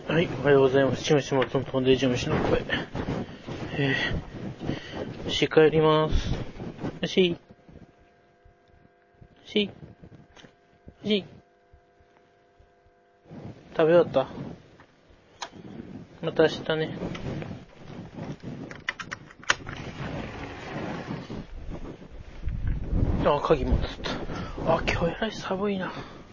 はい、おはようございます。チムシモトントンで事務所の声。帰ります。食べ終わった？また明日ね。あ、鍵持ってた。あ、今日えらい寒いな。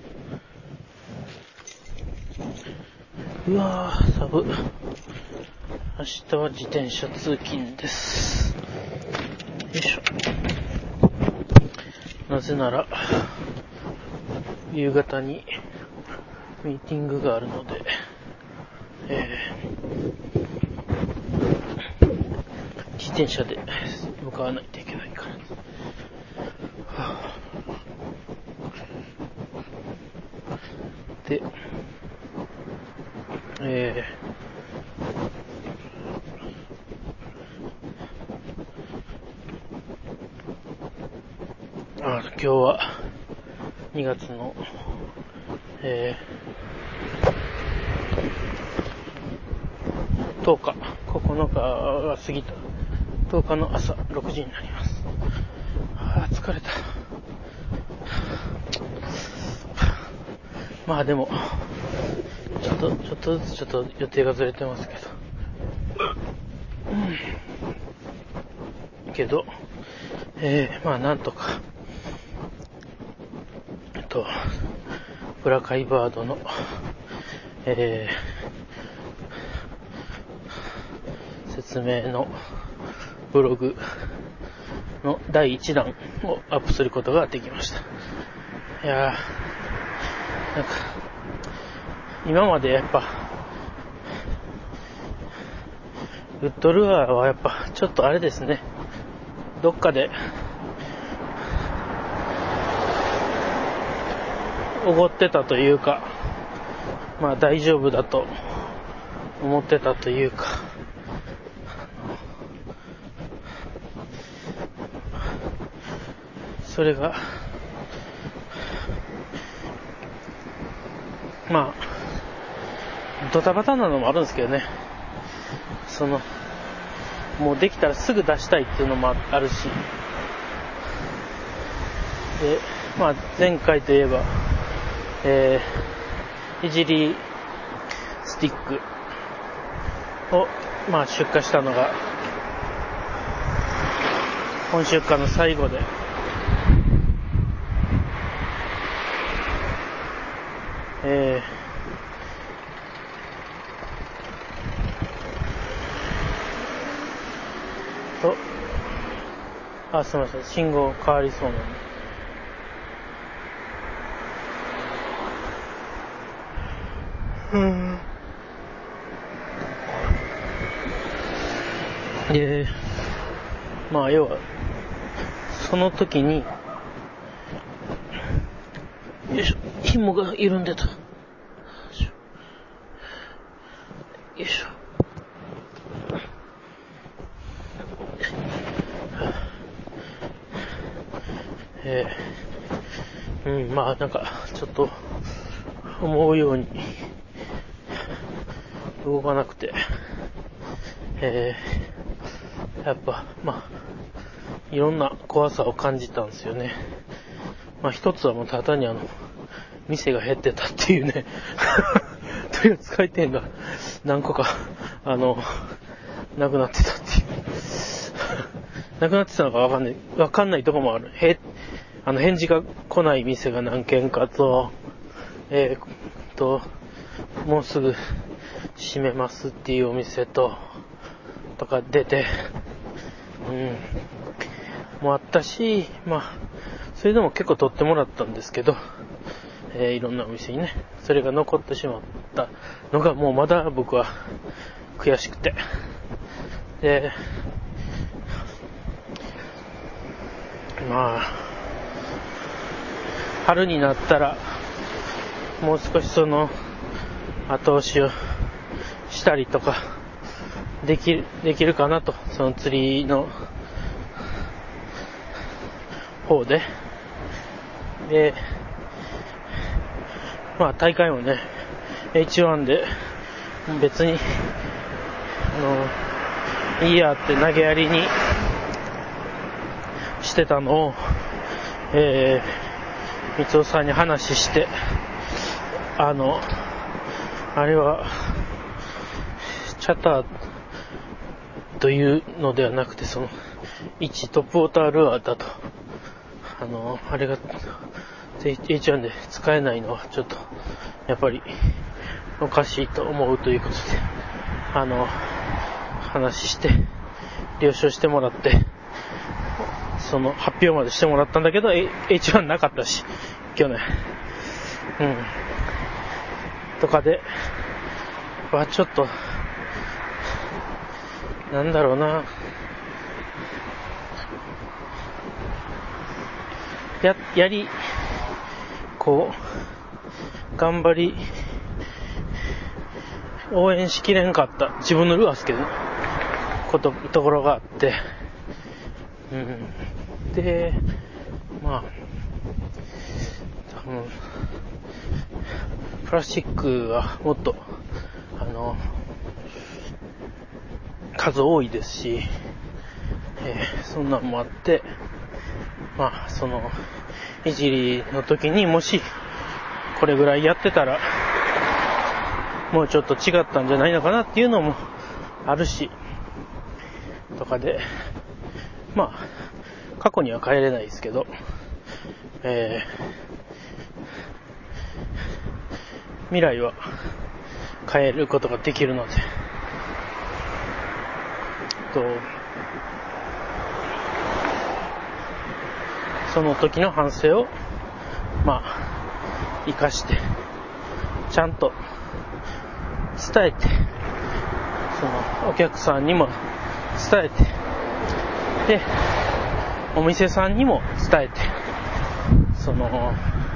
うわぁ、寒い。明日は自転車通勤です。よいしょ。なぜなら、夕方にミーティングがあるので、自転車で向かわないといけないから。で、今日は2月の、10日、9日が過ぎた10日の朝6時になります。疲れた。まあでもちょっとずつ予定がずれてますけど、まあなんとかブラカイバードの、説明のブログの第1弾をアップすることができました。いやー、なんか今までやっぱウッドルアーはやっぱちょっとあれですね、どっかでおごってたというか、まあ大丈夫だと思ってたというか、それがまあドタバタなのもあるんですけどね、もうできたらすぐ出したいっていうのもあるし、でまあ前回といえばいじりスティックをまあ出荷したのが本出荷の最後で、すみません、信号変わりそうなので、まあ要はその時によいしょ、紐が緩んでた。よいしょ。まあなんかちょっと思うように動かなくて、やっぱまあいろんな怖さを感じたんですよね。まあ一つはもうただに店が減ってたっていうね取扱店が何個かなくなってたっていうなくなってたのかわかんないとこもある。返事が来ない店が何軒かと、もうすぐ閉めますっていうお店とか出て、もあったし、まあそれでも結構取ってもらったんですけど、いろんなお店にね、それが残ってしまったのがもうまだ僕は悔しくて、でまあ春になったらもう少し後押しをしたりとかできるかなと、その釣りの方で、まあ大会もね H1 で別にいいやって投げやりにしてたのを、三尾さんに話して、あれはチャターというのではなくて、その一トップウォータールアーだと、あれが H1 で使えないのはちょっとやっぱりおかしいと思うということで、話して了承してもらって、その発表までしてもらったんだけど H1 なかったし、去年とかではちょっとなんだろうな、やりこう頑張り応援しきれんかった自分のルアーですけどね、ところがあって、でまあ多分プラスチックはもっと数多いですし、そんなんもあって、まあそのいじりの時にもしこれぐらいやってたらもうちょっと違ったんじゃないのかなっていうのもあるしとかで、まあ過去には帰れないですけど、未来は変えることができるので、その時の反省をまあ生かしてちゃんと伝えて、そのお客さんにも伝えて、でお店さんにも伝えて、その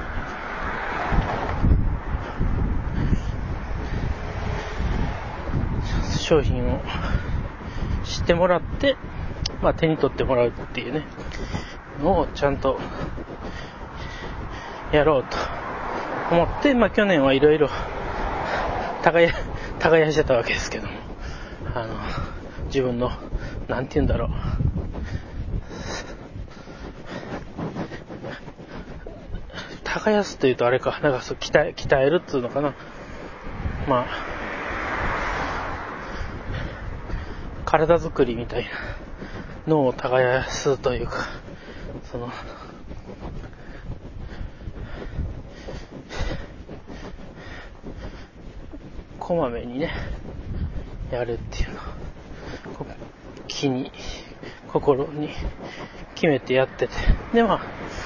商品を知ってもらって、まあ手に取ってもらうっていうねのをちゃんとやろうと思って、まあ去年はいろいろ耕してたわけですけども、自分のなんて言うんだろう、耕すというとあれか、なんかそう鍛えるっていうのかな、まあ体作りみたいな脳を耕すというか、そのこまめにねやるっていうのを心に決めてやってて、でまあ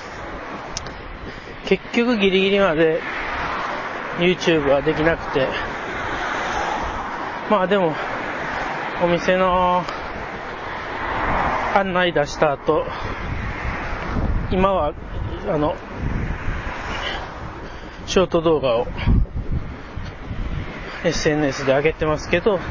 結局ギリギリまで YouTube はできなくて、まあでもお店の案内出した後、今はショート動画を SNS で上げてますけど、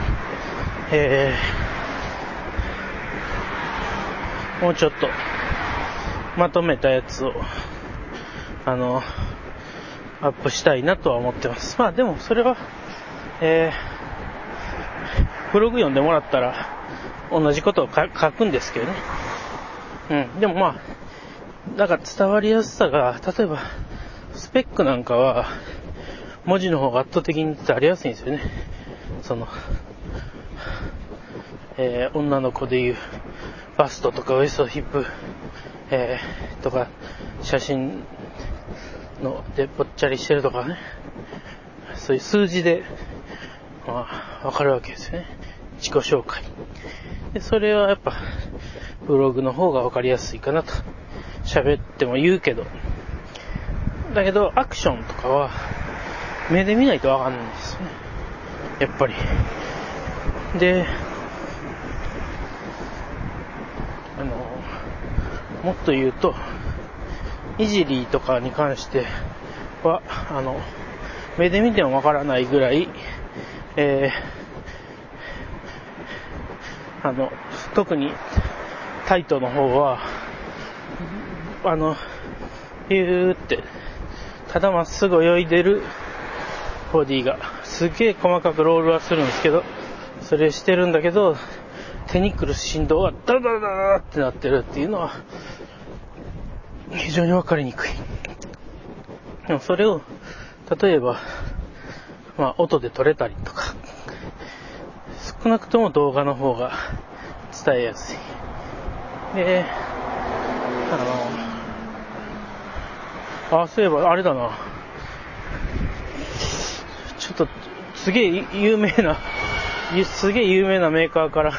もうちょっとまとめたやつをアップしたいなとは思ってます。まあでもそれは、ブログ読んでもらったら同じことを書くんですけどね。でもまあなんか伝わりやすさが、例えばスペックなんかは文字の方が圧倒的に伝わりやすいんですよね。その、女の子でいうバストとかウエストヒップ、とか写真のでぽっちゃりしてるとかね、そういう数字でまあわかるわけですよね。自己紹介で、それはやっぱブログの方がわかりやすいかなと。喋っても言うけど、だけどアクションとかは目で見ないとわかんないんですよね、やっぱり。でもっと言うといじりとかに関しては目で見てもわからないぐらい、特にタイトの方はビューってただまっすぐ泳いでるボディがすげえ細かくロールはするんですけど、それしてるんだけど、手に来る振動がダラダラダラってなってるっていうのは非常に分かりにくい。でもそれを例えば、音で撮れたりとか、少なくとも動画の方が伝えやすい。で、そういえばあれだな、ちょっとすげえ有名なメーカーから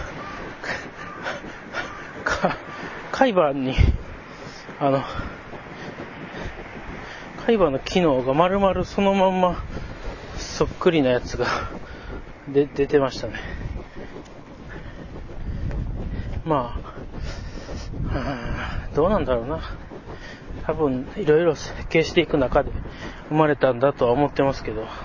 海馬に海馬の機能が丸々そのまんまそっくりなやつが出てましたね。どうなんだろうな。多分いろいろ設計していく中で生まれたんだとは思ってますけど、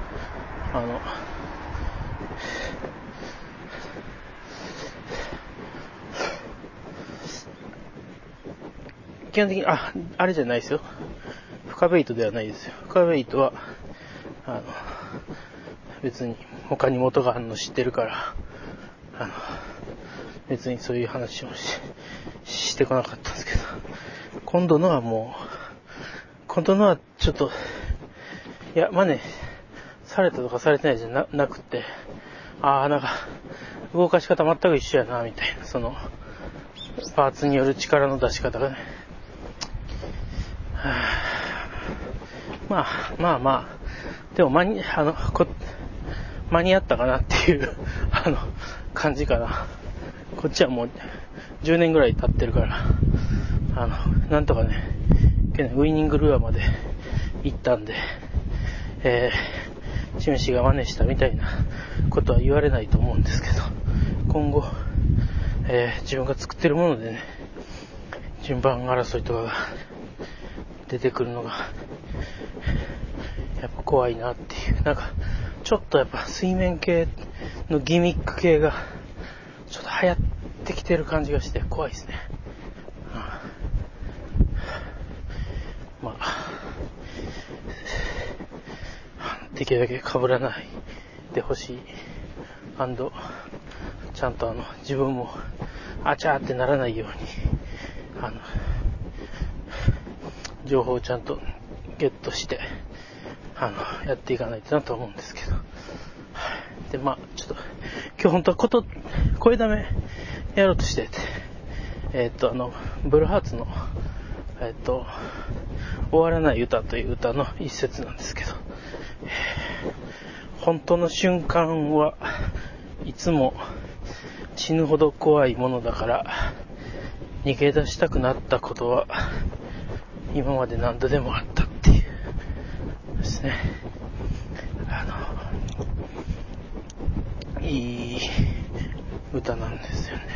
基本的にあれじゃないですよ。深ベイトではないですよ。深ベイトは別に他に元があるの知ってるから別にそういう話もしてこなかったんですけど、今度のはちょっと真似されたとかされてないじゃなくて、なんか動かし方全く一緒やなみたいな、そのパーツによる力の出し方がね、でも間に合ったかなっていう感じかな。こっちはもう10年ぐらい経ってるからなんとかね、去年ウイニングルアーまで行ったんで、チムシが真似したみたいなことは言われないと思うんですけど、今後、自分が作ってるものでね、順番争いとかが出てくるのがやっぱ怖いなっていう。なんかちょっとやっぱ水面系のギミック系がちょっと流行ってきてる感じがして怖いですね。できるだけ被らないでほしい。ちゃんと自分もあちゃーってならないように情報をちゃんとゲットしてやっていかないとなと思うんですけど。でちょっと今日本当は声だめやろうとしてて、ブルーハーツの終わらない歌という歌の一節なんですけど、本当の瞬間はいつも死ぬほど怖いものだから、逃げ出したくなったことは今まで何度でもあったっていうですね。いい歌なんですよね。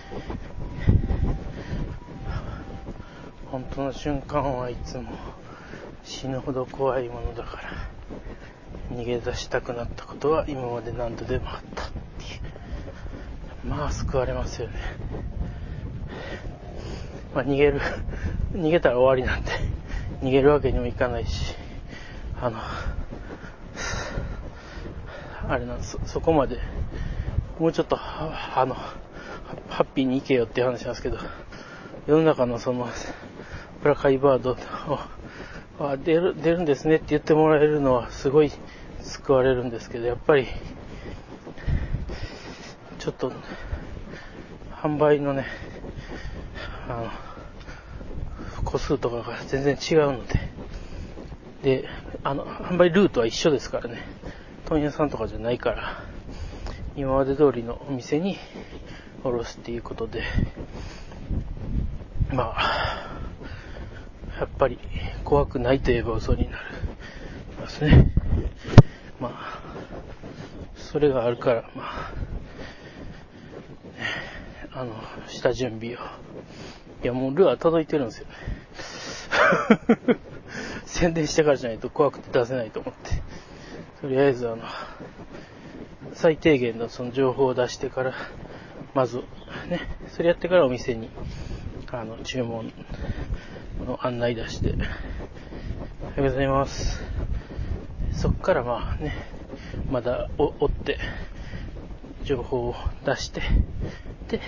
本当の瞬間はいつも死ぬほど怖いものだから、逃げ出したくなったことは今まで何度でもあったっていう。救われますよね。逃げたら終わりなんで逃げるわけにもいかないし、そこまでもうちょっとハッピーに行けよっていう話なんですけど、世の中のそのプラカイバードを出るんですねって言ってもらえるのはすごい救われるんですけど、やっぱりちょっと販売のね個数とかが全然違うので、販売ルートは一緒ですからね、問屋さんとかじゃないから今まで通りのお店に卸すっていうことで、やっぱり怖くないといえば嘘になりますね。それがあるから下準備を。もうルアー届いてるんですよね。宣伝してからじゃないと怖くて出せないと思って、とりあえず最低限のその情報を出してから、まずね、それやってからお店に注文の案内出して、おはようございます。そっからまだ追って情報を出して、で、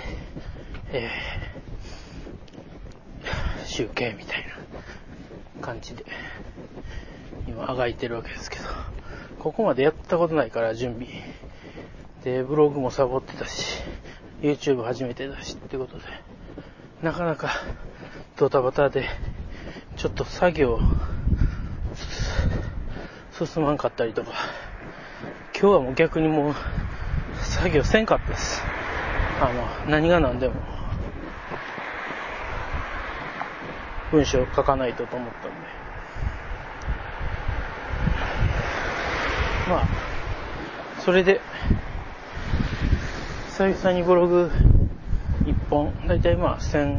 集計みたいな感じで今あがいてるわけですけど、ここまでやったことないから準備で、ブログもサボってたし YouTube 初めてだしってことで、なかなかドタバタでちょっと作業進まんかったりとか、今日はもう逆にもう作業せんかったです。何が何でも文章を書かないとと思ったんで、まあそれで久々にブログ1本だいたいまあ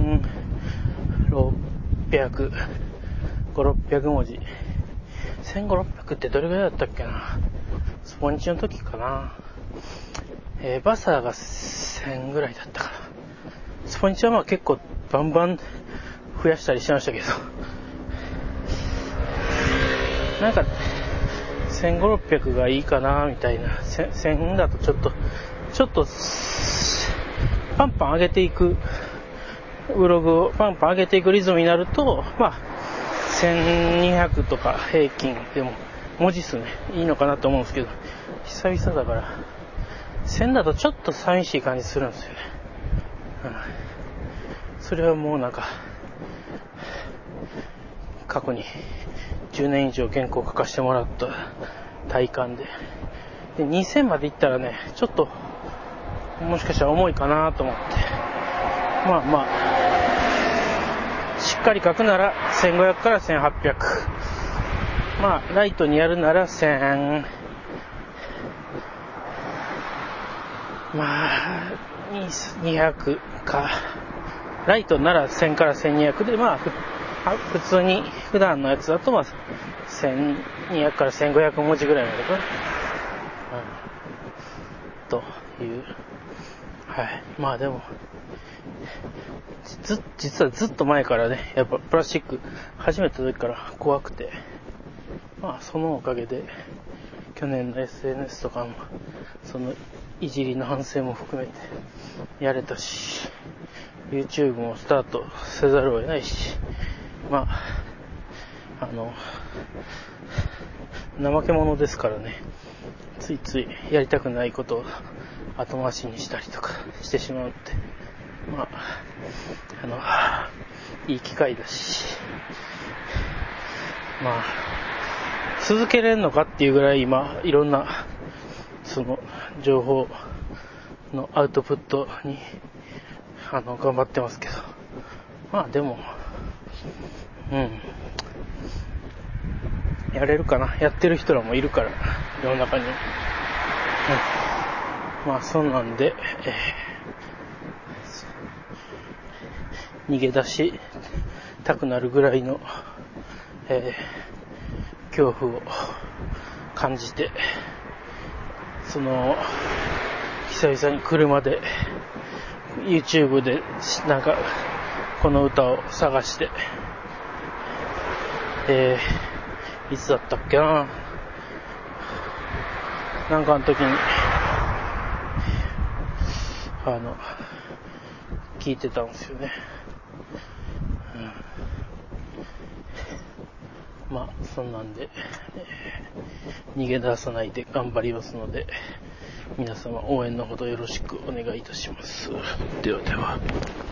1600、500、600文字、1500、600ってどれぐらいだったっけな、スポニチの時かな、バサーが1000ぐらいだったかな。スポニチはまあ結構バンバン増やしたりしましたけど、なんか1500、600がいいかなみたいな。1000だとちょっとパンパン上げていく、ブログをパンパン上げていくリズムになると、まあ1200とか平均でも文字数ねいいのかなと思うんですけど、久々だから1000だとちょっと寂しい感じするんですよね。それはもうなんか過去に10年以上原稿を書かせてもらった体感で、2000までいったらねちょっともしかしたら重いかなと思って、まあしっかり書くなら1500から1800、まあライトにやるなら1000、まあ200か、ライトなら1000から1200で、まあ普通に普段のやつだとまあ1200から1500文字ぐらいまでかな、という、はい。まあでも実はずっと前からね、やっぱプラスチック始めた時から怖くて、まあそのおかげで去年の SNS とかもそのいじりの反省も含めてやれたし、 YouTube もスタートせざるを得ないし、まあ怠け者ですからね、ついついやりたくないことを後回しにしたりとかしてしまうって、まあいい機会だし、まあ続けれるのかっていうぐらい今いろんなその情報のアウトプットに頑張ってますけど、まあでもやれるかな、やってる人らもいるから世の中に、まあそんなんで、逃げ出したくなるぐらいの、恐怖を感じて、その久々に車で YouTube でなんかこの歌を探して、いつだったっけな、なんかの時に聞いてたんですよね。まあそんなんで、逃げ出さないで頑張りますので、皆様応援のほどよろしくお願いいたします。ではでは。